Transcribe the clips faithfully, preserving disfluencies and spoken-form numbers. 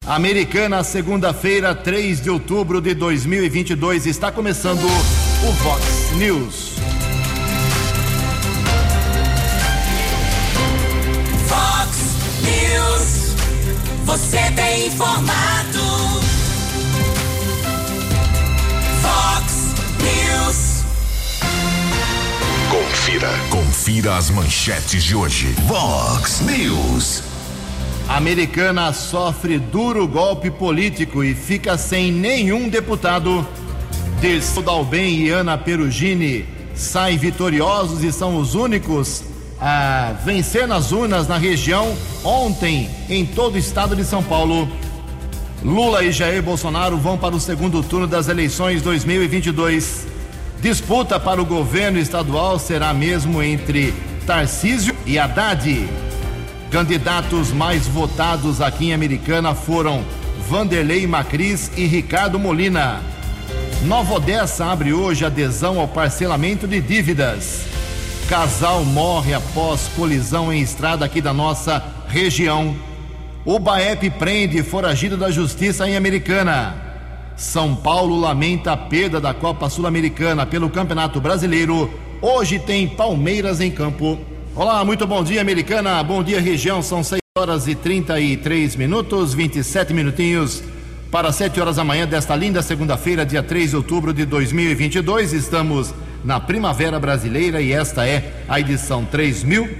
Americana, segunda-feira, três de outubro de dois mil e vinte e dois, está começando o Vox News. Vox News, você tem informado. Vox News. Confira, confira as manchetes de hoje. Vox News. Americana sofre duro golpe político e fica sem nenhum deputado. Dirceu Dalben e Ana Perugini saem vitoriosos e são os únicos a vencer nas urnas na região ontem em todo o estado de São Paulo. Lula e Jair Bolsonaro vão para o segundo turno das eleições dois mil e vinte e dois. Disputa para o governo estadual será mesmo entre Tarcísio e Haddad. Candidatos mais votados aqui em Americana foram Vanderlei Macris e Ricardo Molina. Nova Odessa abre hoje adesão ao parcelamento de dívidas. Casal morre após colisão em estrada aqui da nossa região. O BAEP prende foragido da justiça em Americana. São Paulo lamenta a perda da Copa Sul-Americana pelo Campeonato Brasileiro. Hoje tem Palmeiras em campo. Olá, muito bom dia, Americana. Bom dia, região. São seis horas e trinta e três minutos, vinte e sete minutinhos para sete horas da manhã desta linda segunda-feira, dia três de outubro de dois mil e vinte e dois. Estamos na Primavera Brasileira e esta é a edição três mil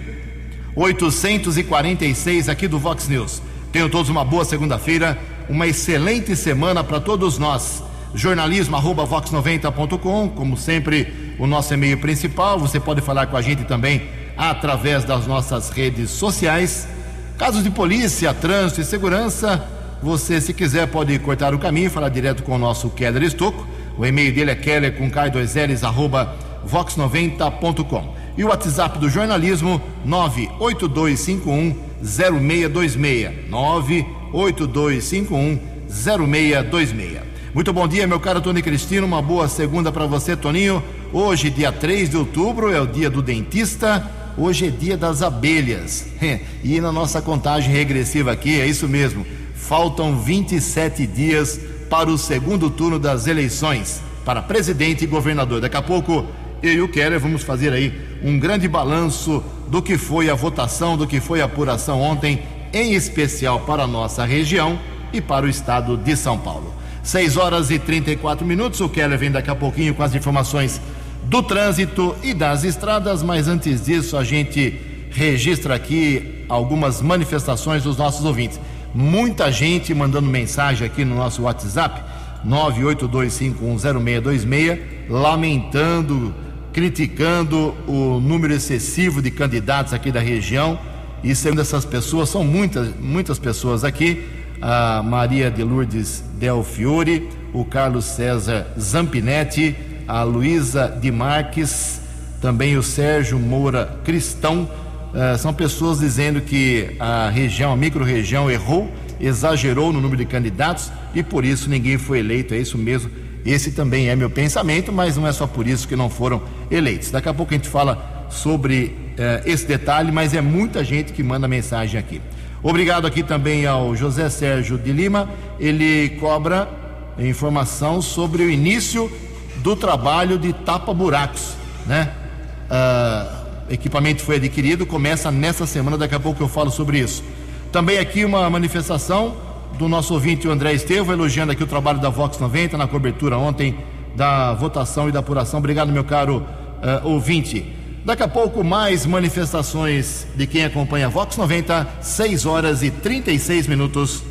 oitocentos e quarenta e seis aqui do Vox News. Tenham todos uma boa segunda-feira, uma excelente semana para todos nós. Jornalismo arroba vox noventa ponto com, como sempre, o nosso e-mail principal. Você pode falar com a gente também através das nossas redes sociais. Casos de polícia, trânsito e segurança, você, se quiser, pode cortar o caminho e falar direto com o nosso Keller Estocco. O e-mail dele é keller com k dois l's arroba vox noventa ponto com. E o WhatsApp do jornalismo nove oito dois cinco um zero seis dois seis nove oito dois cinco um zero seis dois seis. Muito bom dia, meu caro Tony Cristino, uma boa segunda para você, Toninho. Hoje, dia três de outubro, é o dia do dentista. Hoje é dia das abelhas. E na nossa contagem regressiva aqui, é isso mesmo, faltam vinte e sete dias para o segundo turno das eleições para presidente e governador. Daqui a pouco eu e o Keller vamos fazer aí um grande balanço do que foi a votação, do que foi a apuração ontem, em especial para a nossa região e para o estado de São Paulo. seis horas e trinta e quatro minutos, o Keller vem daqui a pouquinho com as informações do trânsito e das estradas, mas antes disso a gente registra aqui algumas manifestações dos nossos ouvintes. Muita gente mandando mensagem aqui no nosso WhatsApp nove oito dois cinco um zero seis dois seis, lamentando, criticando o número excessivo de candidatos aqui da região. E segundo essas pessoas, são muitas, muitas pessoas aqui, a Maria de Lourdes Del Fiore, o Carlos César Zampinetti, a Luísa de Marques, também o Sérgio Moura Cristão. Uh, são pessoas dizendo que a região, a micro-região errou, exagerou no número de candidatos e por isso ninguém foi eleito. É isso mesmo, esse também é meu pensamento, mas não é só por isso que não foram eleitos. Daqui a pouco a gente fala sobre uh, esse detalhe, mas é muita gente que manda mensagem aqui. Obrigado aqui também ao José Sérgio de Lima, ele cobra informação sobre o início do trabalho de tapa-buracos, né? Uh, equipamento foi adquirido, começa nessa semana, daqui a pouco eu falo sobre isso. Também aqui uma manifestação do nosso ouvinte, o André Estevam, elogiando aqui o trabalho da Vox noventa na cobertura ontem da votação e da apuração. Obrigado, meu caro uh, ouvinte. Daqui a pouco mais manifestações de quem acompanha a Vox noventa, seis horas e trinta e seis minutos.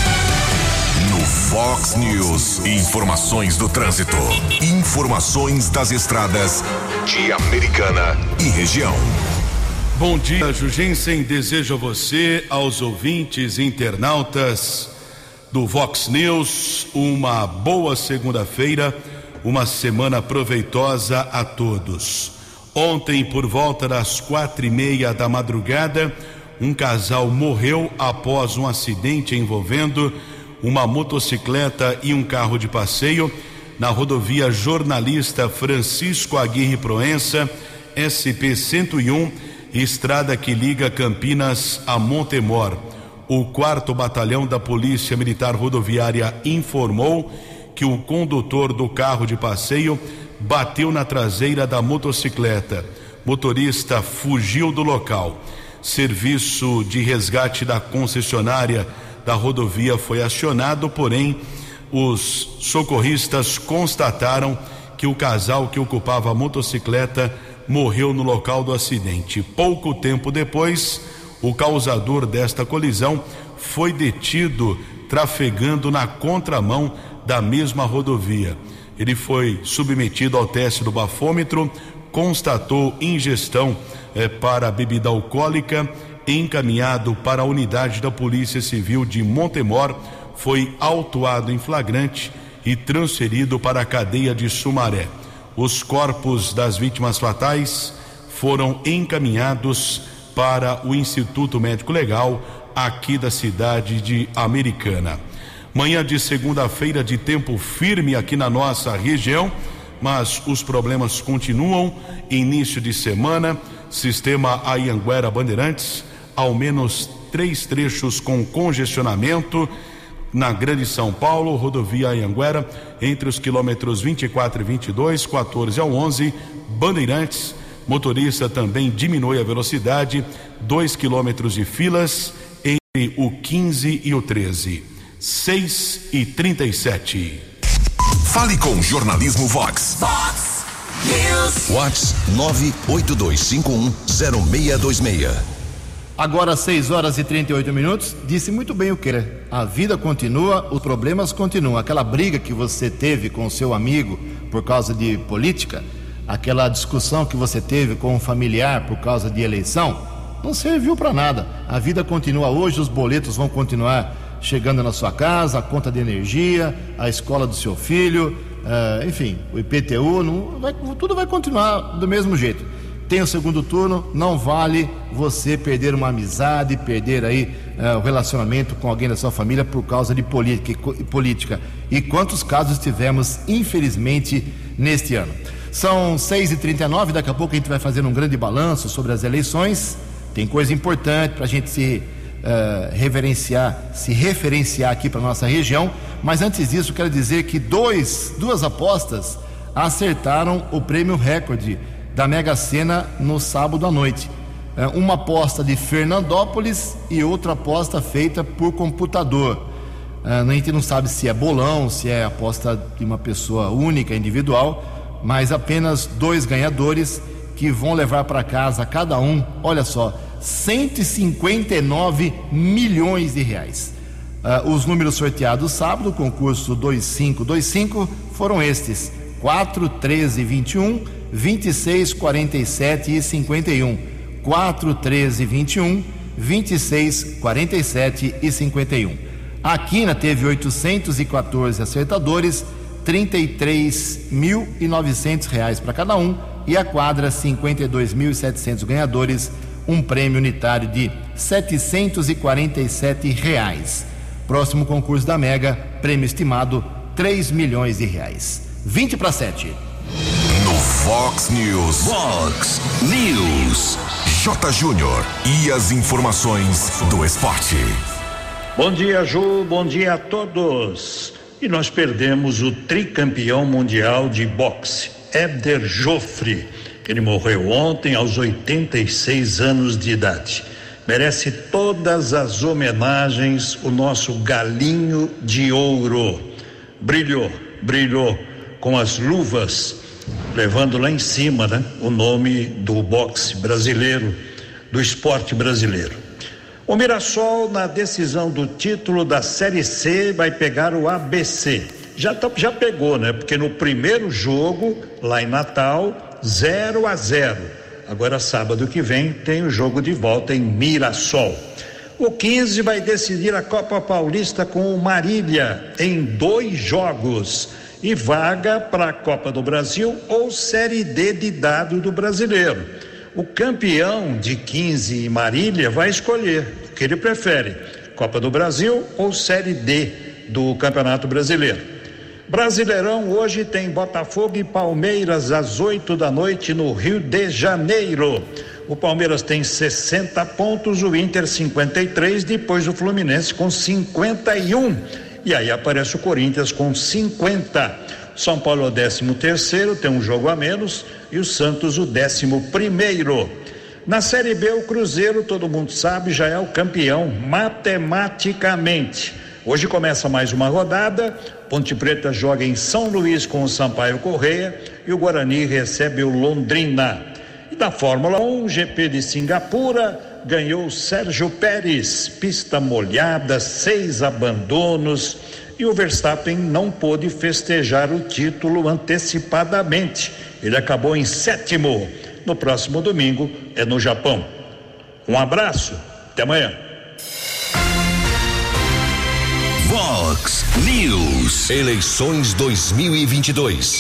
No Vox News, informações do trânsito, informações das estradas de Americana e região. Bom dia, Jugensen. Desejo a você, aos ouvintes internautas do Vox News, uma boa segunda-feira, uma semana proveitosa a todos. Ontem, por volta das quatro e meia da madrugada, um casal morreu após um acidente envolvendo uma motocicleta e um carro de passeio na rodovia Jornalista Francisco Aguirre Proença, S P cento e um, estrada que liga Campinas a Montemor. o quarto Batalhão da Polícia Militar Rodoviária informou que o condutor do carro de passeio bateu na traseira da motocicleta. Motorista fugiu do local. Serviço de resgate da concessionária da rodovia foi acionado, porém os socorristas constataram que o casal que ocupava a motocicleta morreu no local do acidente. Pouco tempo depois, o causador desta colisão foi detido trafegando na contramão da mesma rodovia. Ele foi submetido ao teste do bafômetro, constatou ingestão eh, para bebida alcoólica, encaminhado para a unidade da Polícia Civil de Montemor, foi autuado em flagrante e transferido para a cadeia de Sumaré. Os corpos das vítimas fatais foram encaminhados para o Instituto Médico Legal aqui da cidade de Americana. Manhã de segunda-feira de tempo firme aqui na nossa região, mas os problemas continuam. Início de semana, sistema Anhanguera Bandeirantes, ao menos três trechos com congestionamento na Grande São Paulo, rodovia Anhanguera, entre os quilômetros vinte e quatro e vinte e dois, quatorze ao onze, Bandeirantes. Motorista também diminui a velocidade, dois quilômetros de filas entre o quinze e o treze. seis e trinta e sete. Fale com Jornalismo Vox. Vox News. Vox nove oito dois cinco um zero seis dois seis. Agora seis horas e trinta e oito minutos. Disse muito bem o que a vida continua, os problemas continuam. Aquela briga que você teve com o seu amigo por causa de política, aquela discussão que você teve com um familiar por causa de eleição, não serviu para nada. A vida continua hoje, os boletos vão continuar chegando na sua casa, a conta de energia, a escola do seu filho, uh, enfim, o I P T U, não, vai, tudo vai continuar do mesmo jeito. Tem o segundo turno, não vale você perder uma amizade, perder aí uh, o relacionamento com alguém da sua família por causa de política. E quantos casos tivemos, infelizmente, neste ano. São seis e trinta e nove, daqui a pouco a gente vai fazer um grande balanço sobre as eleições. Tem coisa importante para a gente se uh, reverenciar, se referenciar aqui para nossa região. Mas antes disso, quero dizer que dois, duas apostas acertaram o prêmio recorde da Mega Sena no sábado à noite. Uh, uma aposta de Fernandópolis e outra aposta feita por computador. Uh, a gente não sabe se é bolão, se é aposta de uma pessoa única, individual, mas apenas dois ganhadores que vão levar para casa cada um, olha só, cento e cinquenta e nove milhões de reais. Uh, os números sorteados sábado, concurso dois cinco dois cinco, foram estes: quatro, treze, vinte e um, vinte e seis, quarenta e sete e cinquenta e um. quatro, treze, vinte e um, vinte e seis, quarenta e sete e cinquenta e um. A Quina teve oitocentos e quatorze acertadores, trinta e três mil e novecentos reais para cada um, e a quadra cinquenta e dois mil e setecentos ganhadores, um prêmio unitário de setecentos e quarenta e sete reais. Próximo concurso da Mega, prêmio estimado três milhões de reais. vinte para sete. No Fox News. Fox News. J. Júnior e as informações do esporte. Bom dia, Ju. Bom dia a todos. E nós perdemos o tricampeão mundial de boxe, Éder Joffre. Ele morreu ontem aos oitenta e seis anos de idade. Merece todas as homenagens o nosso galinho de ouro. Brilhou, brilhou com as luvas, levando lá em cima, né, o nome do boxe brasileiro, do esporte brasileiro. O Mirassol, na decisão do título da Série C, vai pegar o A B C. Já, tá, já pegou, né? Porque no primeiro jogo, lá em Natal, zero a zero. Agora, sábado que vem, tem o jogo de volta em Mirassol. O quinze vai decidir a Copa Paulista com o Marília em dois jogos. E vaga para a Copa do Brasil ou Série D de dado do Brasileiro. O campeão de quinze e Marília vai escolher o que ele prefere, Copa do Brasil ou Série D do Campeonato Brasileiro. Brasileirão hoje tem Botafogo e Palmeiras às oito da noite no Rio de Janeiro. O Palmeiras tem sessenta pontos, o Inter cinquenta e três, depois o Fluminense com cinquenta e um. E aí aparece o Corinthians com cinquenta. São Paulo é o décimo terceiro, tem um jogo a menos, e o Santos o décimo primeiro. Na Série B, o Cruzeiro, todo mundo sabe, já é o campeão matematicamente. Hoje começa mais uma rodada, Ponte Preta joga em São Luís com o Sampaio Correia e o Guarani recebe o Londrina. E da Fórmula um, G P de Singapura, ganhou Sérgio Pérez, pista molhada, seis abandonos, e o Verstappen não pôde festejar o título antecipadamente. Ele acabou em sétimo. No próximo domingo é no Japão. Um abraço, até amanhã. Vox News. Eleições dois mil e vinte e dois.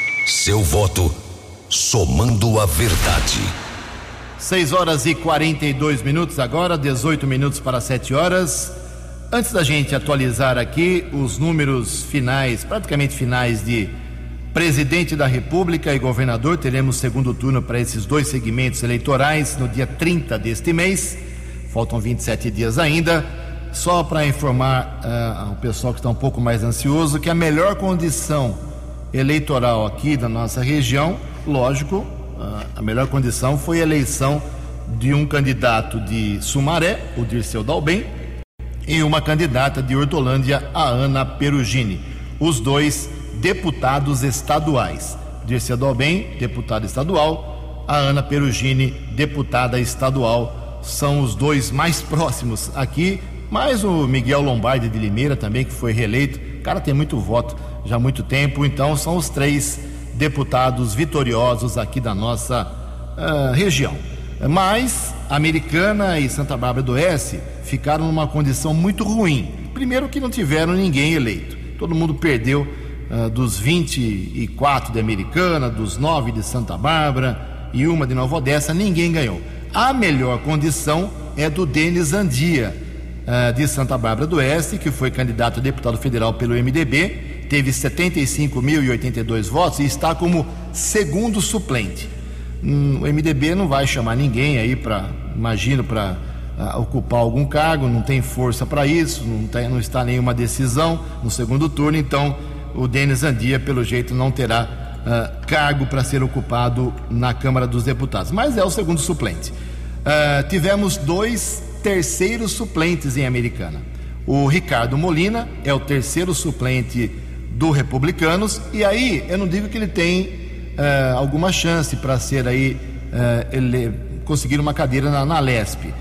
Seu voto somando a verdade. seis horas e quarenta e dois minutos agora, dezoito minutos para sete horas. Antes da gente atualizar aqui os números finais, praticamente finais de presidente da República e governador, teremos segundo turno para esses dois segmentos eleitorais no dia trinta deste mês. Faltam vinte e sete dias ainda. Só para informar uh, ao pessoal que está um pouco mais ansioso que a melhor condição eleitoral aqui da nossa região, lógico, uh, a melhor condição foi a eleição de um candidato de Sumaré, o Dirceu Dalben, e uma candidata de Hortolândia, a Ana Perugini, os dois deputados estaduais. Dirceu Dalben, deputado estadual, a Ana Perugini, deputada estadual, são os dois mais próximos aqui, mais o Miguel Lombardi de Limeira também, que foi reeleito. O cara tem muito voto já há muito tempo, então são os três deputados vitoriosos aqui da nossa uh, região. Mas Americana e Santa Bárbara do Oeste ficaram numa condição muito ruim. Primeiro que não tiveram ninguém eleito, todo mundo perdeu. Uh, dos vinte e quatro de Americana, dos nove de Santa Bárbara e uma de Nova Odessa, ninguém ganhou. A melhor condição é do Denis Andia, uh, de Santa Bárbara do Oeste, que foi candidato a deputado federal pelo M D B, teve setenta e cinco mil e oitenta e dois votos e está como segundo suplente. Hum, o M D B não vai chamar ninguém aí para, imagino, para uh, ocupar algum cargo, não tem força para isso, não, tem, não está nenhuma decisão no segundo turno, então o Denis Andia, pelo jeito, não terá uh, cargo para ser ocupado na Câmara dos Deputados, mas é o segundo suplente. Uh, tivemos dois terceiros suplentes em Americana. O Ricardo Molina é o terceiro suplente do Republicanos, e aí eu não digo que ele tem uh, alguma chance para ser aí, uh, ele conseguir uma cadeira na, na Lespe,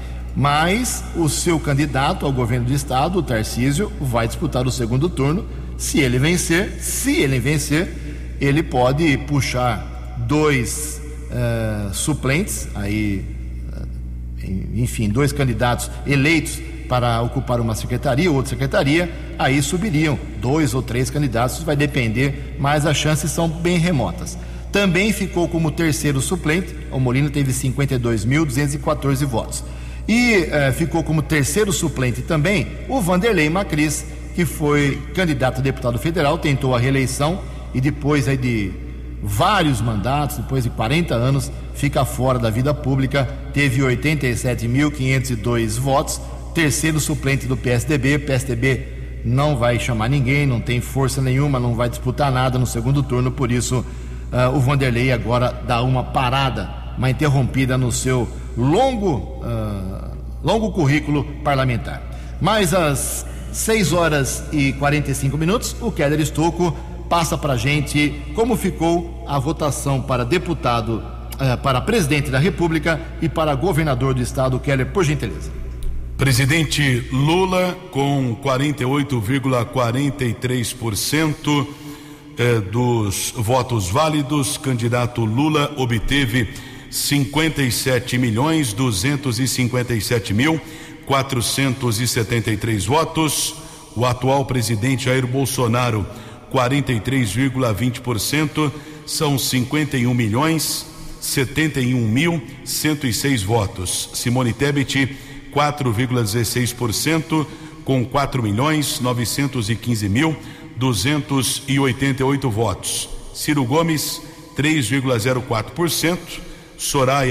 mas o seu candidato ao governo do estado, o Tarcísio, vai disputar o segundo turno. Se ele vencer, se ele vencer, ele pode puxar dois uh, suplentes, aí, uh, enfim, dois candidatos eleitos para ocupar uma secretaria ou outra secretaria, aí subiriam dois ou três candidatos, vai depender, mas as chances são bem remotas. Também ficou como terceiro suplente, o Molina teve cinquenta e dois mil duzentos e quatorze votos. E uh, ficou como terceiro suplente também o Vanderlei Macris, que foi candidato a deputado federal, tentou a reeleição e depois aí de vários mandatos, depois de quarenta anos, fica fora da vida pública, teve oitenta e sete mil quinhentos e dois votos, terceiro suplente do P S D B. P S D B não vai chamar ninguém, não tem força nenhuma, não vai disputar nada no segundo turno, por isso uh, o Vanderlei agora dá uma parada, uma interrompida no seu longo, uh, longo currículo parlamentar. Mas às seis horas e quarenta e cinco minutos, o Keller Estocco passa para a gente como ficou a votação para deputado, uh, para presidente da República e para governador do estado. Keller, por gentileza. Presidente Lula com quarenta e oito vírgula quarenta e três por cento eh, dos votos válidos. Candidato Lula obteve cinquenta e sete milhões duzentos e cinquenta e sete mil quatrocentos e setenta e três votos. O atual presidente Jair Bolsonaro, quarenta e três vírgula vinte por cento, são cinquenta e um milhões setenta e um mil cento e seis votos. Simone Tebet, quatro vírgula dezesseis por cento, com quatro milhões novecentos e quinze mil duzentos e oitenta e oito votos. Ciro Gomes, três vírgula zero quatro por cento. Soraya,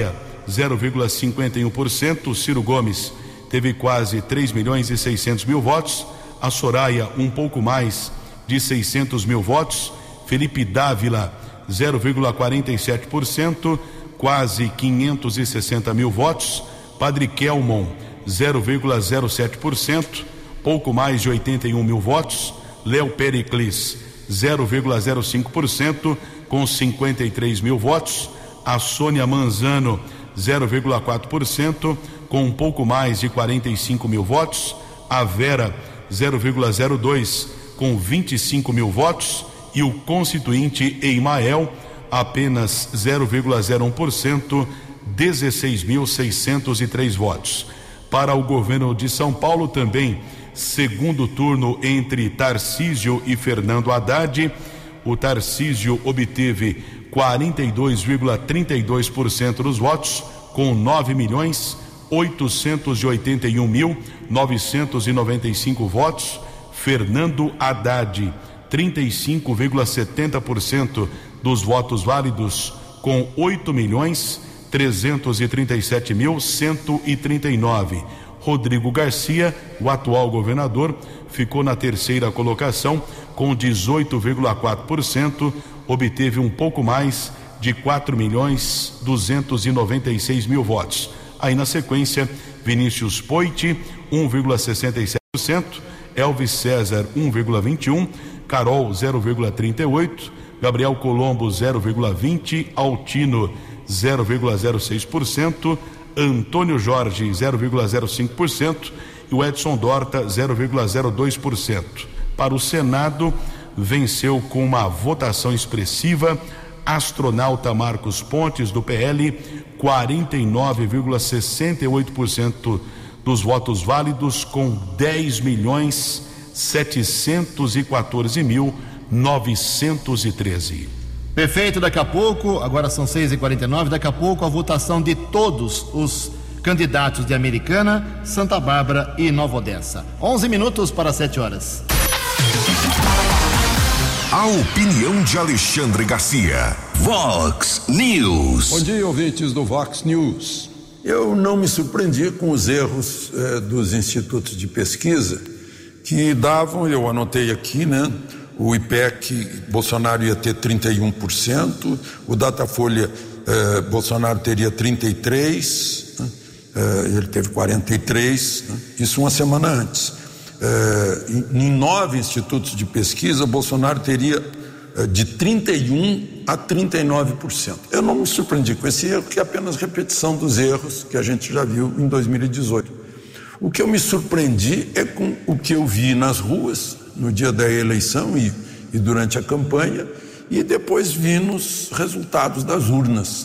zero vírgula cinquenta e um por cento. Ciro Gomes teve quase três milhões e seiscentos mil votos. A Soraya, um pouco mais de seiscentos mil votos. Felipe Dávila, zero vírgula quarenta e sete por cento, quase quinhentos e sessenta mil votos. Padre Kelmon, zero vírgula zero sete por cento, pouco mais de oitenta e um mil votos. Léo Pericles, zero vírgula zero cinco por cento, com cinquenta e três mil votos. A Sônia Manzano, zero vírgula quatro por cento, com um pouco mais de quarenta e cinco mil votos. A Vera, zero vírgula zero dois por cento, com vinte e cinco mil votos. E o constituinte Eimael, apenas zero vírgula zero um por cento, dezesseis mil seiscentos e três votos. Para o governo de São Paulo também, segundo turno entre Tarcísio e Fernando Haddad. O Tarcísio obteve quarenta e dois vírgula trinta e dois por cento dos votos, com nove milhões oitocentos e oitenta e um mil novecentos e noventa e cinco votos. Fernando Haddad, trinta e cinco vírgula setenta por cento dos votos válidos, com oito milhões trezentos e trinta e sete mil cento e trinta e nove. Rodrigo Garcia, o atual governador, ficou na terceira colocação com dezoito vírgula quatro por cento, obteve um pouco mais de quatro milhões duzentos e noventa e seis mil votos. Aí na sequência, Vinícius Poit, um vírgula sessenta e sete por cento, Elvis César, um vírgula vinte e um por cento, Carol, zero vírgula trinta e oito por cento, Gabriel Colombo, zero vírgula vinte por cento, Altino, zero vírgula zero seis por cento, Antônio Jorge, zero vírgula zero cinco por cento e o Edson Dorta, zero vírgula zero dois por cento. Para o Senado, venceu com uma votação expressiva astronauta Marcos Pontes, do P L, quarenta e nove vírgula sessenta e oito por cento dos votos válidos, com dez milhões setecentos e quatorze mil novecentos e treze. Perfeito, daqui a pouco, agora são seis e quarenta e nove, daqui a pouco a votação de todos os candidatos de Americana, Santa Bárbara e Nova Odessa. onze minutos para sete horas. A opinião de Alexandre Garcia. Vox News. Bom dia, ouvintes do Vox News. Eu não me surpreendi com os erros eh, dos institutos de pesquisa que davam, eu anotei aqui, né? O I P E C, Bolsonaro ia ter trinta e um por cento, o Datafolha, eh, Bolsonaro teria trinta e três por cento, né? eh, ele teve quarenta e três por cento, né? Isso uma semana antes. Eh, em, em nove institutos de pesquisa, Bolsonaro teria eh, de trinta e um por cento a trinta e nove por cento. Eu não me surpreendi com esse erro, que é apenas repetição dos erros que a gente já viu em dois mil e dezoito. O que eu me surpreendi é com o que eu vi nas ruas no dia da eleição e, e durante a campanha, e depois vi nos resultados das urnas.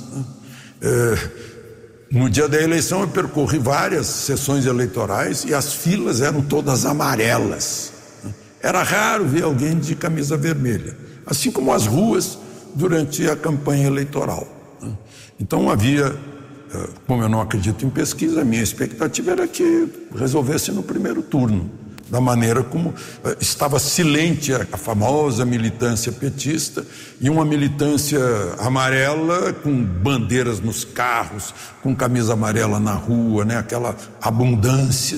É, no dia da eleição eu percorri várias sessões eleitorais e as filas eram todas amarelas. Era raro ver alguém de camisa vermelha, assim como as ruas durante a campanha eleitoral. Então havia, como eu não acredito em pesquisa, a minha expectativa era que resolvesse no primeiro turno, da maneira como estava silente a famosa militância petista e uma militância amarela com bandeiras nos carros, com camisa amarela na rua, né? Aquela abundância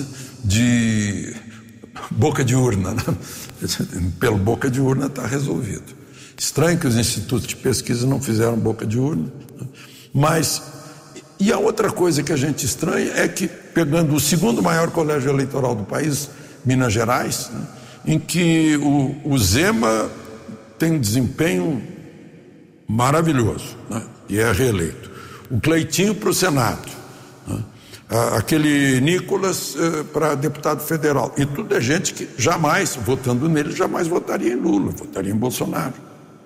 de boca de urna, né? Pelo boca de urna está resolvido. Estranho que os institutos de pesquisa não fizeram boca de urna, né? Mas, e a outra coisa que a gente estranha é que, pegando o segundo maior colégio eleitoral do país, Minas Gerais, né, em que o, o Zema tem um desempenho maravilhoso, né, e é reeleito. O Cleitinho para o Senado, né, aquele Nicolas eh, para deputado federal. E tudo é gente que jamais, votando nele, jamais votaria em Lula, votaria em Bolsonaro.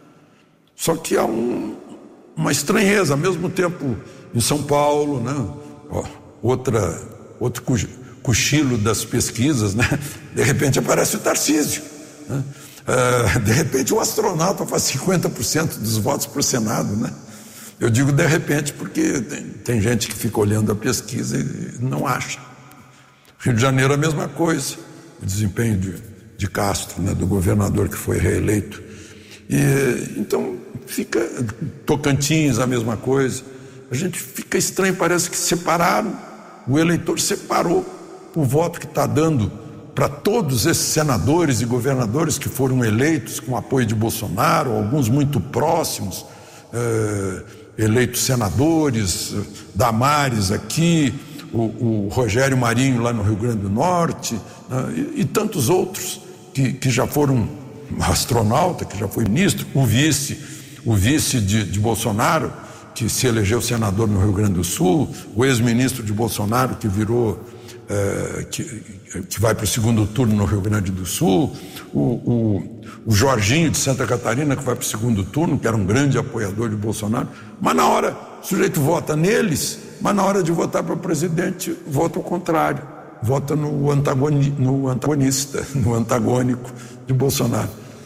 Só que há um, uma estranheza, ao mesmo tempo em São Paulo, né, ó, outra, outro cochilo das pesquisas, né? De repente aparece o Tarcísio, né? Uh, de repente o astronauta faz cinquenta por cento dos votos para o Senado, né? Eu digo de repente porque tem, tem gente que fica olhando a pesquisa e não acha. Rio de Janeiro a mesma coisa, o desempenho de, de Castro, né? Do governador que foi reeleito. E, então fica Tocantins a mesma coisa. a gente fica estranho, parece que separaram, o eleitor separou o voto que está dando para todos esses senadores e governadores que foram eleitos com apoio de Bolsonaro, alguns muito próximos, eh, eleitos senadores, Damares aqui, o, o Rogério Marinho lá no Rio Grande do Norte, né, e, e tantos outros que, que já foram astronauta, que já foi ministro, o vice, o vice de, de Bolsonaro, que se elegeu senador no Rio Grande do Sul, o ex-ministro de Bolsonaro que virou, é, que, que vai para o segundo turno no Rio Grande do Sul, o, o, o Jorginho de Santa Catarina que vai para o segundo turno, que era um grande apoiador de Bolsonaro, mas na hora, o sujeito vota neles, mas na hora de votar para presidente, vota ao contrário, vota no, antagoni, no antagonista, no antagônico de Bolsonaro.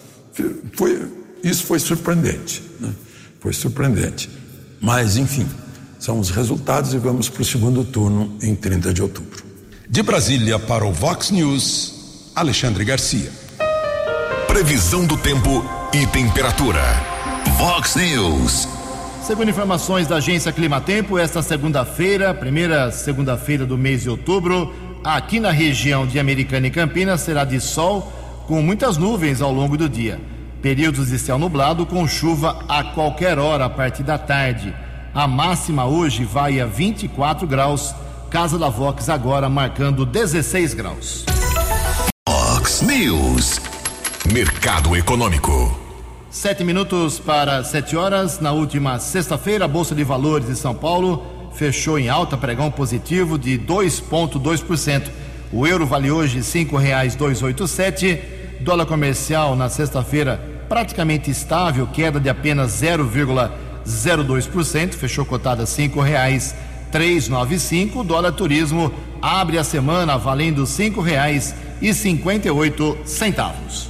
Foi, isso foi surpreendente, né? Foi surpreendente. Mas, enfim, são os resultados e vamos para o segundo turno em trinta de outubro. De Brasília para o Vox News, Alexandre Garcia. Previsão do tempo e temperatura. Vox News. Segundo informações da agência Climatempo, esta segunda-feira, primeira segunda-feira do mês de outubro, aqui na região de Americana e Campinas, será de sol com muitas nuvens ao longo do dia. Períodos de céu nublado com chuva a qualquer hora a partir da tarde. A máxima hoje vai a vinte e quatro graus. Casa da Vox agora marcando dezesseis graus. Vox News. Mercado Econômico. Sete minutos para sete horas. Na última sexta-feira, a Bolsa de Valores de São Paulo fechou em alta, pregão positivo de dois vírgula dois por cento. O euro vale hoje cinco reais duzentos e oitenta e sete. Dólar comercial na sexta-feira praticamente estável, queda de apenas zero vírgula zero dois por cento, fechou cotada cinco reais trezentos e noventa e cinco. O dólar turismo abre a semana valendo cinco reais e cinquenta e oito centavos.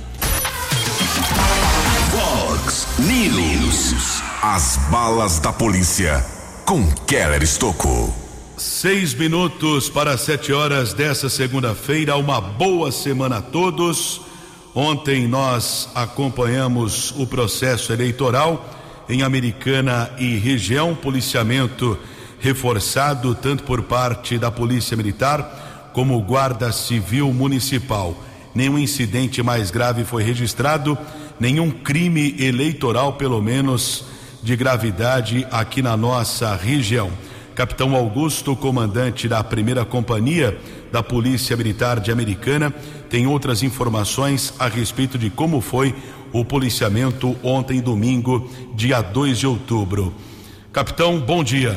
Vox News. As balas da polícia com Keller Estocco. Seis minutos para sete horas dessa segunda-feira. Uma boa semana a todos. Ontem nós acompanhamos o processo eleitoral em Americana e região, policiamento reforçado tanto por parte da Polícia Militar como Guarda Civil Municipal. Nenhum incidente mais grave foi registrado, nenhum crime eleitoral, pelo menos de gravidade, aqui na nossa região. Capitão Augusto, comandante da primeira companhia da Polícia Militar de Americana, tem outras informações a respeito de como foi o policiamento ontem, domingo, dia dois de outubro. Capitão, bom dia.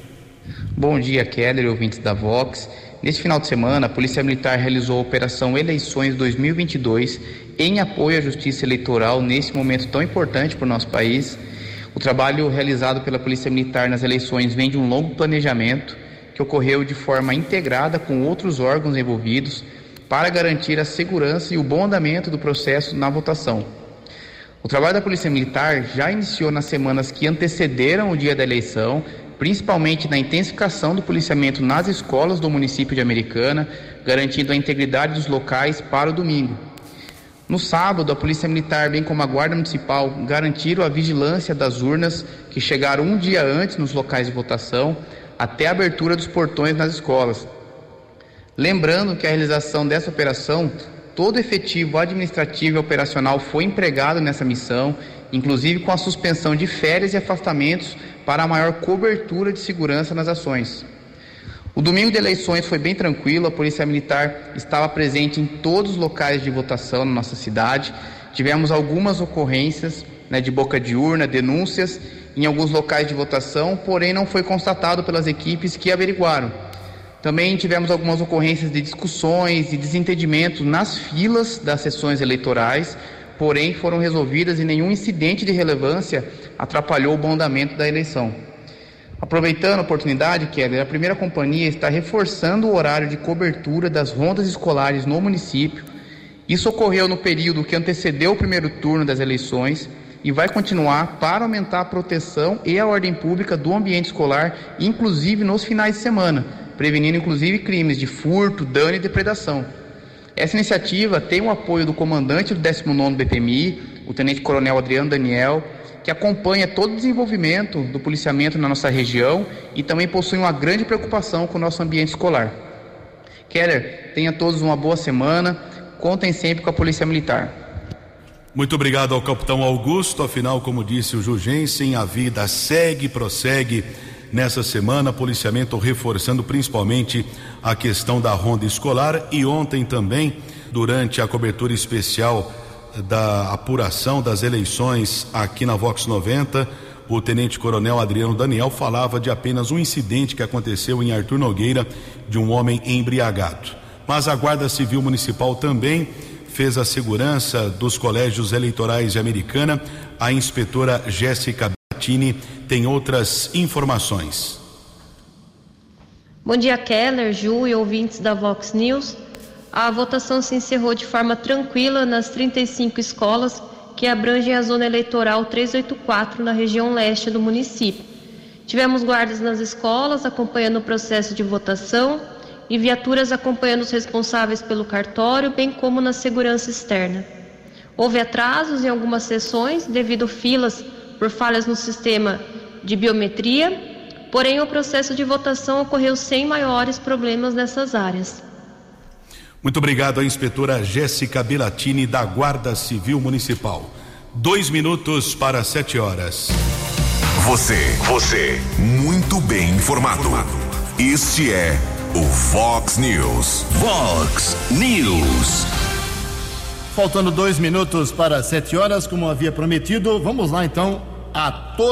Bom dia, Keller e ouvintes da Vox. Neste final de semana, a Polícia Militar realizou a Operação Eleições dois mil e vinte e dois em apoio à Justiça Eleitoral nesse momento tão importante para o nosso país. O trabalho realizado pela Polícia Militar nas eleições vem de um longo planejamento que ocorreu de forma integrada com outros órgãos envolvidos para garantir a segurança e o bom andamento do processo na votação. O trabalho da Polícia Militar já iniciou nas semanas que antecederam o dia da eleição, principalmente na intensificação do policiamento nas escolas do município de Americana, garantindo a integridade dos locais para o domingo. No sábado, a Polícia Militar, bem como a Guarda Municipal, garantiram a vigilância das urnas que chegaram um dia antes nos locais de votação, até a abertura dos portões nas escolas. Lembrando que a realização dessa operação, todo efetivo administrativo e operacional foi empregado nessa missão, inclusive com a suspensão de férias e afastamentos para a maior cobertura de segurança nas ações. O domingo de eleições foi bem tranquilo, a Polícia Militar estava presente em todos os locais de votação na nossa cidade. Tivemos algumas ocorrências, né, de boca de urna, denúncias em alguns locais de votação, porém não foi constatado pelas equipes que averiguaram. Também tivemos algumas ocorrências de discussões e desentendimentos nas filas das sessões eleitorais, porém foram resolvidas e nenhum incidente de relevância atrapalhou o bom andamento da eleição. Aproveitando a oportunidade, Keller, a primeira companhia está reforçando o horário de cobertura das rondas escolares no município. Isso ocorreu no período que antecedeu o primeiro turno das eleições e vai continuar para aumentar a proteção e a ordem pública do ambiente escolar, inclusive nos finais de semana, prevenindo inclusive crimes de furto, dano e depredação. Essa iniciativa tem o apoio do comandante do décimo nono B P M I, o tenente-coronel Adriano Daniel, que acompanha todo o desenvolvimento do policiamento na nossa região e também possui uma grande preocupação com o nosso ambiente escolar. Keller, tenha todos uma boa semana, contem sempre com a Polícia Militar. Muito obrigado ao capitão Augusto. Afinal, como disse o Jugensen, a vida segue, prossegue nessa semana, policiamento reforçando principalmente a questão da ronda escolar, e ontem também, durante a cobertura especial da apuração das eleições aqui na Vox noventa, o tenente-coronel Adriano Daniel falava de apenas um incidente que aconteceu em Arthur Nogueira, de um homem embriagado. Mas a Guarda Civil Municipal também fez a segurança dos colégios eleitorais de Americana. A inspetora Jéssica Bettini tem outras informações. Bom dia, Keller, Ju e ouvintes da Vox News. A votação se encerrou de forma tranquila nas trinta e cinco escolas que abrangem a zona eleitoral trezentos e oitenta e quatro na região leste do município. Tivemos guardas nas escolas acompanhando o processo de votação e viaturas acompanhando os responsáveis pelo cartório, bem como na segurança externa. Houve atrasos em algumas sessões devido a filas por falhas no sistema de biometria, porém o processo de votação ocorreu sem maiores problemas nessas áreas. Muito obrigado à inspetora Jéssica Bellatini, da Guarda Civil Municipal. Dois minutos para sete horas. Você, você, muito bem informado. Este é o Vox News. Vox News. Faltando dois minutos para sete horas, como havia prometido, vamos lá então a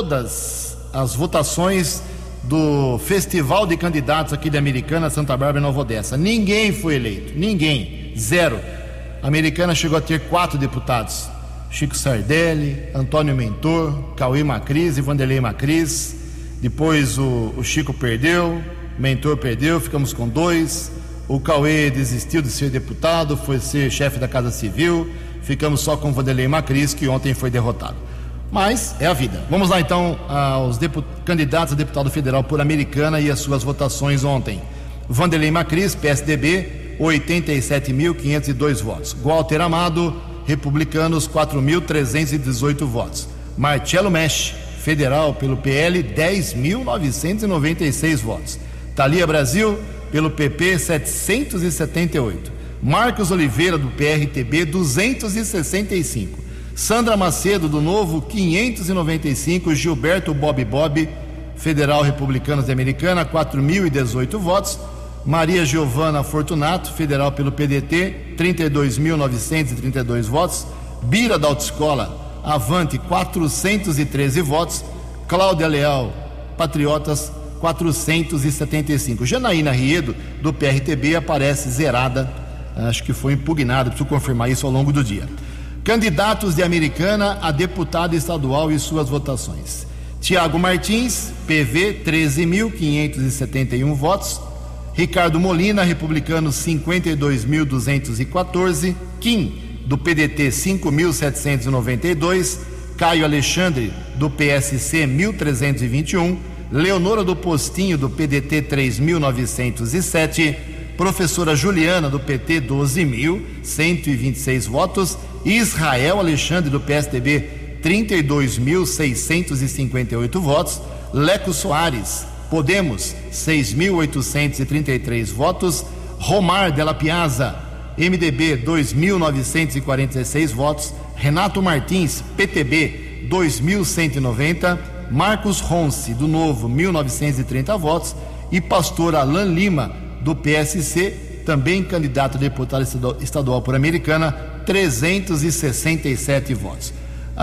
todas as votações do Festival de Candidatos aqui de Americana, Santa Bárbara e Nova Odessa. Ninguém foi eleito, ninguém, zero. A Americana chegou a ter quatro deputados: Chico Sardelli, Antônio Mentor, Cauê Macris e Vanderlei Macris. Depois o, o Chico perdeu, Mentor perdeu, ficamos com dois. O Cauê desistiu de ser deputado, foi ser chefe da Casa Civil. Ficamos só com o Vanderlei Macris, que ontem foi derrotado. Mas é a vida. Vamos lá então aos deput- candidatos a deputado federal por Americana e as suas votações ontem. Vanderlei Macris, P S D B, oitenta e sete mil quinhentos e dois votos. Walter Amado, Republicanos, quatro mil trezentos e dezoito votos. Marcelo Mesh, federal pelo P L, dez mil novecentos e noventa e seis votos. Thalia Brasil, pelo P P, setecentos e setenta e oito. Marcos Oliveira, do P R T B, duzentos e sessenta e cinco. Sandra Macedo, do Novo, quinhentos e noventa e cinco. Gilberto Bob Bob, federal Republicanos de Americana, quatro mil e dezoito votos. Maria Giovana Fortunato, federal pelo P D T, trinta e dois mil novecentos e trinta e dois votos. Bira da Autoescola Avante, quatrocentos e treze votos. Cláudia Leal, Patriotas, quatrocentos e setenta e cinco. Janaína Riedo, do P R T B, aparece zerada, acho que foi impugnada, preciso confirmar isso ao longo do dia. Candidatos de Americana a deputado estadual e suas votações: Tiago Martins, P V, treze mil quinhentos e setenta e um votos. Ricardo Molina, Republicanos, cinquenta e dois mil duzentos e quatorze. Kim, do P D T, cinco mil setecentos e noventa e dois. Caio Alexandre, do P S C, mil trezentos e vinte e um. Leonora do Postinho, do P D T, três mil novecentos e sete. Professora Juliana, do P T, doze mil cento e vinte e seis votos. Israel Alexandre, do P S D B, trinta e dois mil seiscentos e cinquenta e oito votos. Leco Soares, Podemos, seis mil oitocentos e trinta e três votos. Romar Della Piazza, M D B, dois mil novecentos e quarenta e seis votos. Renato Martins, P T B, dois mil cento e noventa. Marcos Ronce, do Novo, mil novecentos e trinta votos. E pastor Alain Lima, do P S C, também candidato a deputado estadual por Americana, trezentos e sessenta e sete votos.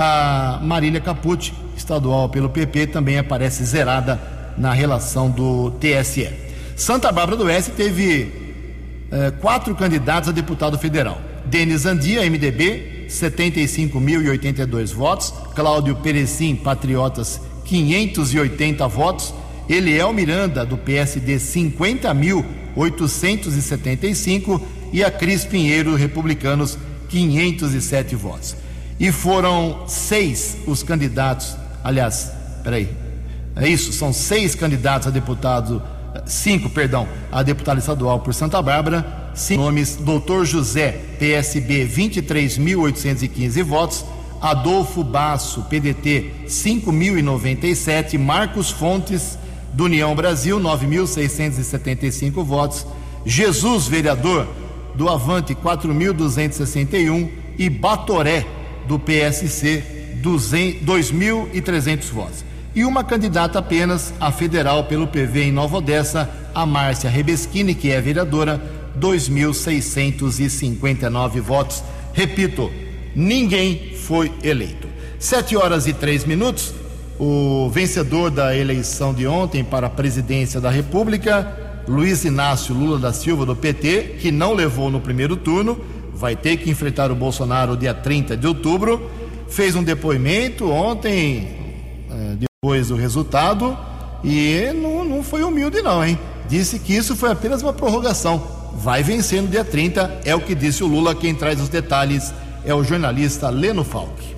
A Marília Capucci, estadual pelo P P, também aparece zerada na relação do T S E. Santa Bárbara do Oeste teve eh, quatro candidatos a deputado federal. Denis Andia, M D B, setenta e cinco mil e oitenta e dois votos. Cláudio Perecim, Patriotas, quinhentos e oitenta votos. Eliel Miranda, do P S D, cinquenta mil oitocentos e setenta e cinco. E a Cris Pinheiro, Republicanos, quinhentos e sete votos. E foram seis os candidatos, aliás, peraí, é isso, são seis candidatos a deputado, cinco, perdão, a deputado estadual por Santa Bárbara. Cinco nomes: doutor José, P S B, vinte e três mil oitocentos e quinze votos. Adolfo Basso, P D T, cinco mil e noventa e sete. Marcos Fontes, do União Brasil, nove mil seiscentos e setenta e cinco votos. Jesus, vereador, do Avante, quatro mil duzentos e sessenta e um. E Batoré, do P S C, dois mil e trezentos votos. E uma candidata apenas a federal pelo P V em Nova Odessa, a Márcia Rebeschini, que é vereadora, dois mil seiscentos e cinquenta e nove votos. Repito, ninguém foi eleito. Sete horas e três minutos. O vencedor da eleição de ontem para a presidência da República, Luiz Inácio Lula da Silva, do P T, que não levou no primeiro turno, vai ter que enfrentar o Bolsonaro dia trinta de outubro, fez um depoimento ontem, depois do resultado, e não, não foi humilde não, hein? Disse que isso foi apenas uma prorrogação. Vai vencer no dia trinta, é o que disse o Lula. Quem traz os detalhes é o jornalista Leno Falck.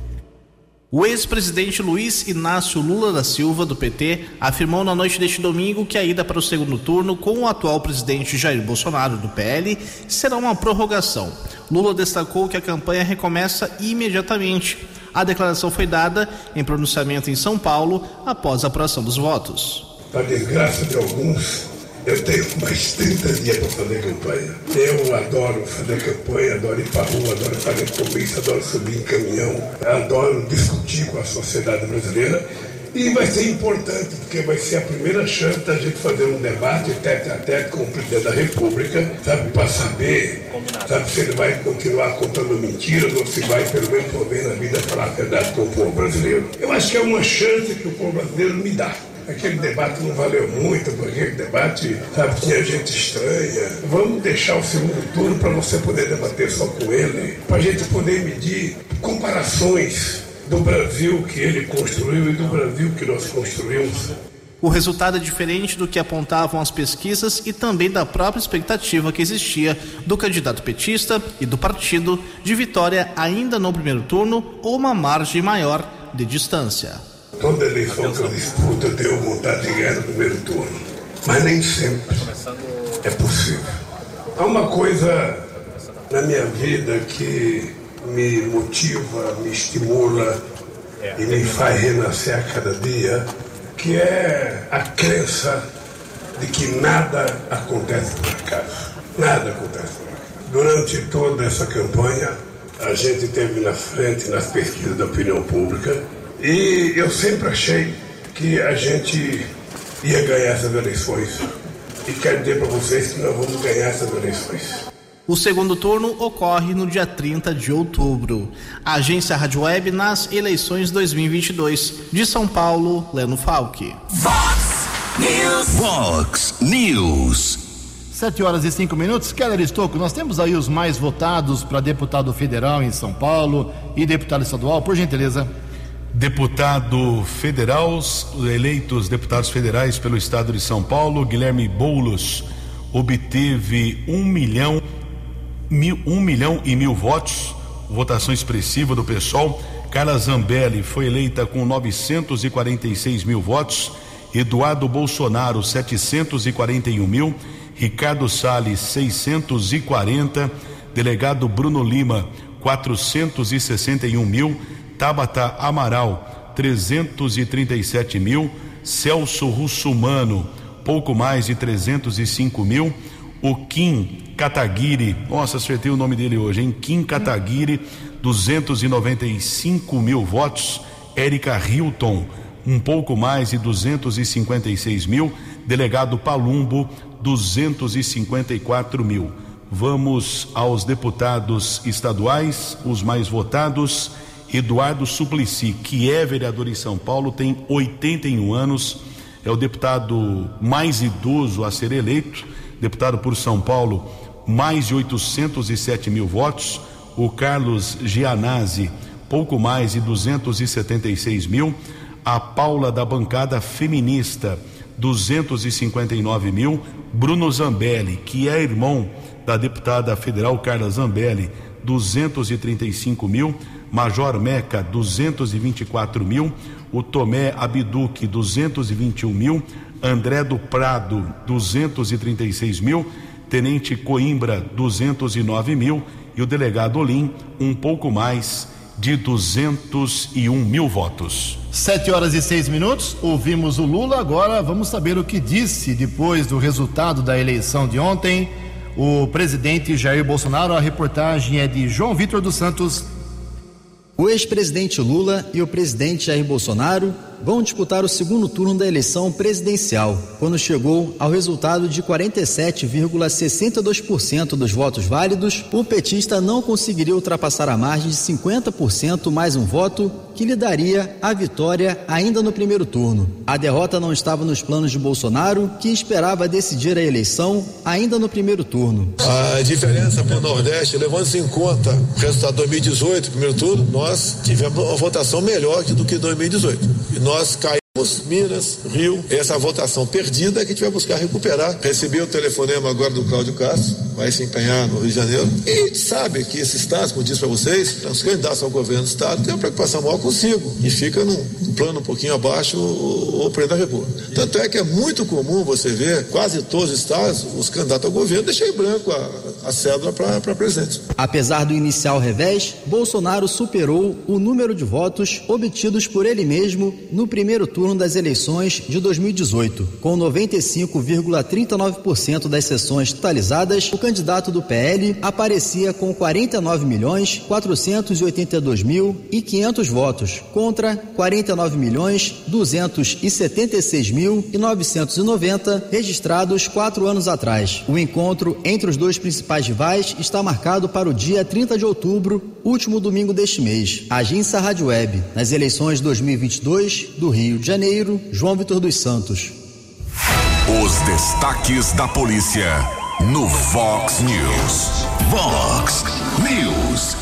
O ex-presidente Luiz Inácio Lula da Silva, do P T, afirmou na noite deste domingo que a ida para o segundo turno com o atual presidente Jair Bolsonaro, do P L, será uma prorrogação. Lula destacou que a campanha recomeça imediatamente. A declaração foi dada em pronunciamento em São Paulo após a apuração dos votos. Para desgraça de alguns, eu tenho mais trinta dias para fazer campanha. Eu adoro fazer campanha, adoro ir para a rua, adoro fazer comício, adoro subir em caminhão, adoro discutir com a sociedade brasileira. E vai ser importante, porque vai ser a primeira chance da gente fazer um debate tete a tete com o presidente da República, sabe, para saber, sabe, se ele vai continuar contando mentiras ou se vai, pelo menos, uma vez na vida, falar a verdade com o povo brasileiro. Eu acho que é uma chance que o povo brasileiro me dá. Aquele debate não valeu muito, porque aquele debate, sabe, tinha gente estranha. Vamos deixar o segundo turno para você poder debater só com ele, para a gente poder medir comparações do Brasil que ele construiu e do Brasil que nós construímos. O resultado é diferente do que apontavam as pesquisas e também da própria expectativa que existia do candidato petista e do partido de vitória ainda no primeiro turno ou uma margem maior de distância. Toda eleição que eu disputo eu tenho vontade de ganhar no primeiro turno, mas nem sempre é possível. Há uma coisa na minha vida que me motiva, me estimula e me faz renascer a cada dia, que é a crença de que nada acontece por acaso. Nada acontece por acaso. Durante toda essa campanha, a gente esteve na frente nas pesquisas da opinião pública e eu sempre achei que a gente ia ganhar essas eleições. E quero dizer para vocês que nós vamos ganhar essas eleições. O segundo turno ocorre no dia trinta de outubro. A agência Rádio Web nas eleições dois mil e vinte e dois. De São Paulo, Leno Falck. Vox News. Vox News. Sete horas e cinco minutos. Keller Estocco, nós temos aí os mais votados para deputado federal em São Paulo e deputado estadual, por gentileza. Deputado federal, eleitos deputados federais pelo estado de São Paulo, Guilherme Boulos obteve um milhão Mil, um milhão e mil votos, votação expressiva do PSOL. Carla Zambelli foi eleita com novecentos e quarenta e seis mil votos. Eduardo Bolsonaro, setecentos e quarenta e um mil. Ricardo Salles, seiscentos e quarenta. Delegado Bruno Lima, quatrocentos e sessenta e um mil. Tabata Amaral, trezentos e trinta e sete mil. Celso Russumano, pouco mais de trezentos e cinco mil. O Kim Kataguiri, nossa, acertei o nome dele hoje, hein? Kim Kataguiri, duzentos e noventa e cinco mil votos. Érica Hilton, um pouco mais de duzentos e cinquenta e seis mil. Delegado Palumbo, duzentos e cinquenta e quatro mil. Vamos aos deputados estaduais, os mais votados. Eduardo Suplicy, que é vereador em São Paulo, tem oitenta e um anos, é o deputado mais idoso a ser eleito. Deputado por São Paulo, mais de oitocentos e sete mil votos. O Carlos Gianazzi, pouco mais de duzentos e setenta e seis mil. A Paula da bancada feminista, duzentos e cinquenta e nove mil. Bruno Zambelli, que é irmão da deputada federal Carla Zambelli, duzentos e trinta e cinco mil. Major Meca, duzentos e vinte e quatro mil. O Tomé Abiduque, duzentos e vinte e um mil. André do Prado, duzentos e trinta e seis mil. Tenente Coimbra, duzentos e nove mil. E o delegado Olim, um pouco mais de duzentos e um mil votos. Sete horas e seis minutos, ouvimos o Lula, agora vamos saber o que disse depois do resultado da eleição de ontem o presidente Jair Bolsonaro. A reportagem é de João Vitor dos Santos. O ex-presidente Lula e o presidente Jair Bolsonaro vão disputar o segundo turno da eleição presidencial, quando chegou ao resultado de quarenta e sete vírgula sessenta e dois por cento dos votos válidos, o petista não conseguiria ultrapassar a margem de cinquenta por cento mais um voto, que lhe daria a vitória ainda no primeiro turno. A derrota não estava nos planos de Bolsonaro, que esperava decidir a eleição ainda no primeiro turno. A diferença para o Nordeste, levando-se em conta o resultado de dois mil e dezoito, primeiro turno, nós tivemos uma votação melhor do que dois mil e dezoito. E nós caímos Minas, Rio, essa votação perdida é que a gente vai buscar recuperar. Recebi o telefonema agora do Cláudio Castro, vai se empenhar no Rio de Janeiro, e sabe que esse estado, como eu disse para vocês, os candidatos ao governo do estado têm uma preocupação maior consigo, e fica num, num plano um pouquinho abaixo o, o presidente da República. Tanto é que é muito comum você ver, quase todos os estados, os candidatos ao governo deixam em branco a, a cédula para presidente. Apesar do inicial revés, Bolsonaro superou o número de votos obtidos por ele mesmo no primeiro turno das eleições de dois mil e dezoito. Com noventa e cinco vírgula trinta e nove por cento das sessões totalizadas, o candidato do P L aparecia com quarenta e nove milhões quatrocentos e oitenta e dois mil e quinhentos votos, contra quarenta e nove milhões duzentos e setenta e seis mil e novecentos e noventa registrados quatro anos atrás. O encontro entre os dois principais rivais está marcado para o dia trinta de outubro, último domingo deste mês. Agência Rádio Web, nas eleições de dois mil e vinte e dois do Rio de Janeiro, João Vitor dos Santos. Os destaques da polícia no Vox News. Vox News.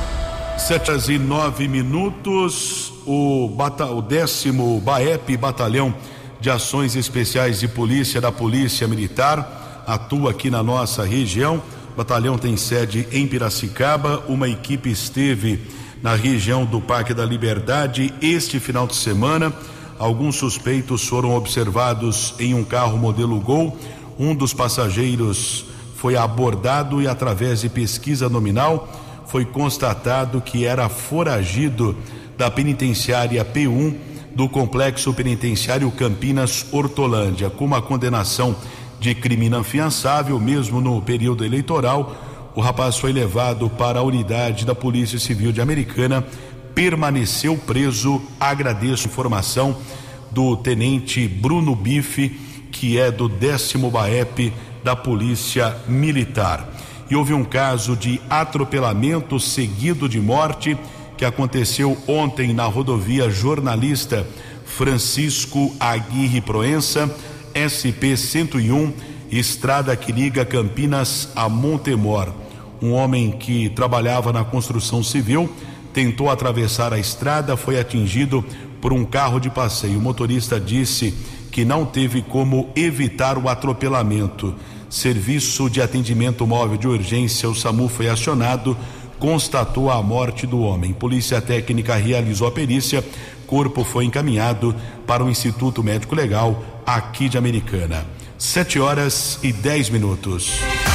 Sete horas e nove minutos. O, bata, o décimo BAEP, Batalhão de Ações Especiais de Polícia da Polícia Militar, atua aqui na nossa região. O batalhão tem sede em Piracicaba. Uma equipe esteve na região do Parque da Liberdade este final de semana. Alguns suspeitos foram observados em um carro modelo Gol. Um dos passageiros foi abordado e, através de pesquisa nominal, foi constatado que era foragido da penitenciária P um do Complexo Penitenciário Campinas Hortolândia. Com uma condenação de crime inafiançável, mesmo no período eleitoral, o rapaz foi levado para a unidade da Polícia Civil de Americana, permaneceu preso. Agradeço a informação do tenente Bruno Bife, que é do décimo BAEP da Polícia Militar. E houve um caso de atropelamento seguido de morte que aconteceu ontem na rodovia Jornalista Francisco Aguirre Proença, S P cento e um, estrada que liga Campinas a Montemor. Um homem que trabalhava na construção civil tentou atravessar a estrada, foi atingido por um carro de passeio. O motorista disse que não teve como evitar o atropelamento. Serviço de atendimento móvel de urgência, o SAMU, foi acionado, constatou a morte do homem. Polícia Técnica realizou a perícia, corpo foi encaminhado para o Instituto Médico Legal aqui de Americana. Sete horas e dez minutos.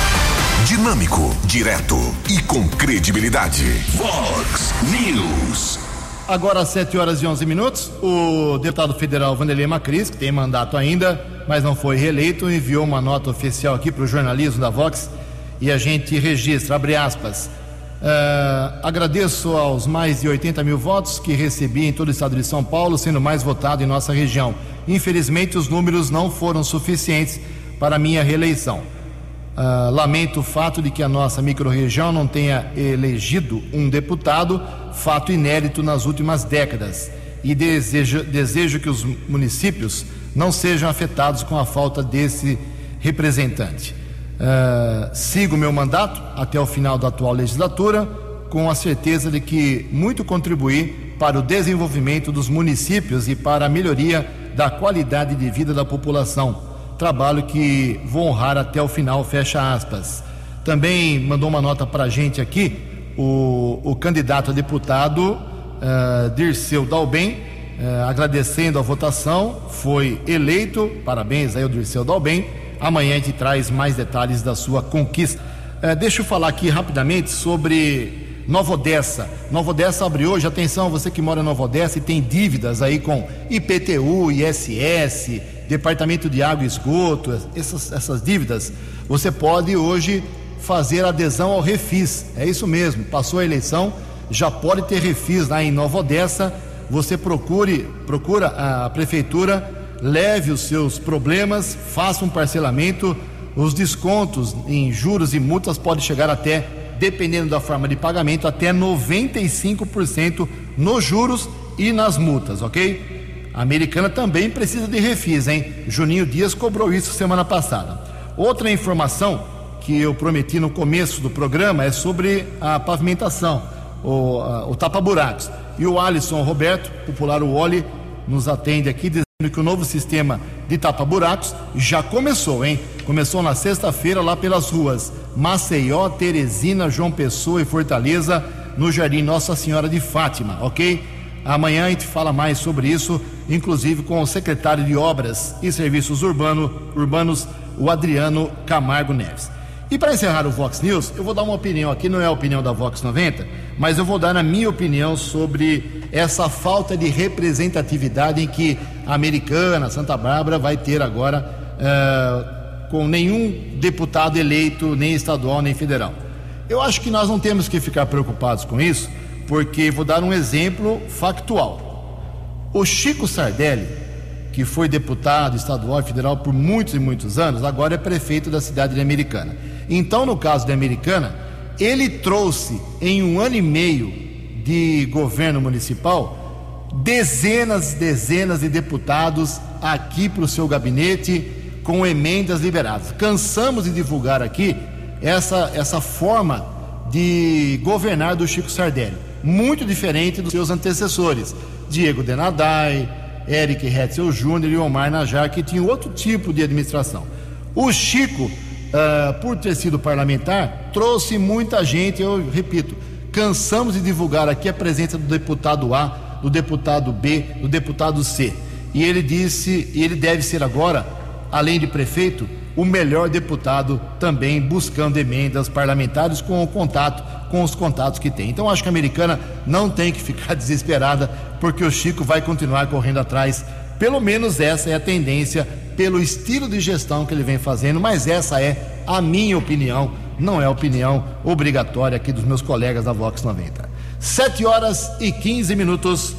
Dinâmico, direto e com credibilidade. Vox News. Agora às sete horas e onze minutos, o deputado federal Vanderlei Macris, que tem mandato ainda, mas não foi reeleito, enviou uma nota oficial aqui para o jornalismo da Vox e a gente registra, abre aspas, uh, agradeço aos mais de oitenta mil votos que recebi em todo o estado de São Paulo, sendo mais votado em nossa região. Infelizmente os números não foram suficientes para minha reeleição. Uh, lamento o fato de que a nossa microrregião não tenha elegido um deputado, fato inédito nas últimas décadas, e desejo, desejo que os municípios não sejam afetados com a falta desse representante. Uh, sigo meu mandato até o final da atual legislatura, com a certeza de que muito contribuí para o desenvolvimento dos municípios e para a melhoria da qualidade de vida da população. Trabalho que vou honrar até o final, fecha aspas. Também mandou uma nota para a gente aqui o, o candidato a deputado uh, Dirceu Dalben, uh, agradecendo a votação, foi eleito. Parabéns aí ao Dirceu Dalben. Amanhã a gente traz mais detalhes da sua conquista. Uh, deixa eu falar aqui rapidamente sobre Nova Odessa. Nova Odessa abre hoje, atenção, você que mora em Nova Odessa e tem dívidas aí com I P T U, I S S, Departamento de Água e Esgoto, essas, essas dívidas, você pode hoje fazer adesão ao Refis. É isso mesmo, passou a eleição, já pode ter Refis lá em Nova Odessa. Você procure, procura a prefeitura, leve os seus problemas, faça um parcelamento. Os descontos em juros e multas podem chegar até, dependendo da forma de pagamento, até noventa e cinco por cento nos juros e nas multas, ok? A Americana também precisa de Refis, hein? Juninho Dias cobrou isso semana passada. Outra informação que eu prometi no começo do programa é sobre a pavimentação, o, a, o tapa-buracos. E o Alisson Roberto, popular o Oli, nos atende aqui dizendo que o novo sistema de tapa-buracos já começou, hein? Começou na sexta-feira lá pelas ruas Maceió, Teresina, João Pessoa e Fortaleza, no Jardim Nossa Senhora de Fátima, ok? Amanhã a gente fala mais sobre isso, inclusive com o secretário de Obras e Serviços Urbano, Urbanos, o Adriano Camargo Neves. E para encerrar o Vox News, eu vou dar uma opinião aqui, não é a opinião da Vox noventa, mas eu vou dar a minha opinião sobre essa falta de representatividade em que a Americana, Santa Bárbara, vai ter agora uh, com nenhum deputado eleito, nem estadual, nem federal. Eu acho que nós não temos que ficar preocupados com isso, porque vou dar um exemplo factual. O Chico Sardelli, que foi deputado estadual e federal por muitos e muitos anos, agora é prefeito da cidade de Americana. Então, no caso de Americana, ele trouxe em um ano e meio de governo municipal dezenas, dezenas de deputados aqui para o seu gabinete com emendas liberadas. Cansamos de divulgar aqui essa, essa forma de governar do Chico Sardelli, muito diferente dos seus antecessores, Diego Denadai, Eric Hetzel Júnior e Omar Najar, que tinham outro tipo de administração. O Chico, uh, por ter sido parlamentar, trouxe muita gente. Eu repito, cansamos de divulgar aqui a presença do deputado A, do deputado B, do deputado C. E ele disse, e ele deve ser agora, além de prefeito, o melhor deputado também, buscando emendas parlamentares com o contato, com os contatos que tem. Então acho que a Americana não tem que ficar desesperada, porque o Chico vai continuar correndo atrás. Pelo menos essa é a tendência, pelo estilo de gestão que ele vem fazendo, mas essa é a minha opinião, não é a opinião obrigatória aqui dos meus colegas da Vox noventa. sete horas e quinze minutos.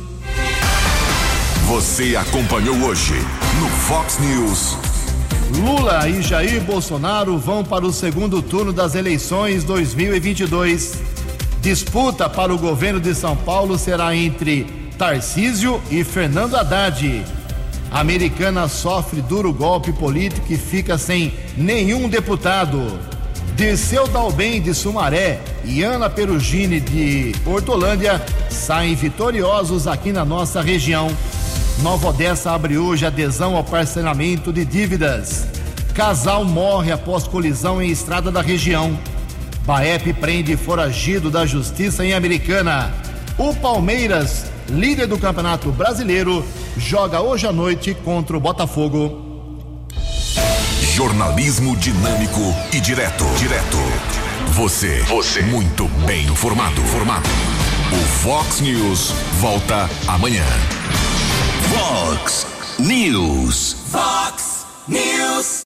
Você acompanhou hoje no Vox News. Lula e Jair Bolsonaro vão para o segundo turno das eleições dois mil e vinte e dois. Disputa para o governo de São Paulo será entre Tarcísio e Fernando Haddad. A Americana sofre duro golpe político e fica sem nenhum deputado. Dirceu Dalben de Sumaré e Ana Perugini de Hortolândia saem vitoriosos aqui na nossa região. Nova Odessa abre hoje adesão ao parcelamento de dívidas. Casal morre após colisão em estrada da região. Baep prende foragido da justiça em Americana. O Palmeiras, líder do Campeonato Brasileiro, joga hoje à noite contra o Botafogo. Jornalismo dinâmico e direto. Direto. Você. Você. Muito bem informado. Formado. O Vox News volta amanhã. Vox News. Vox News.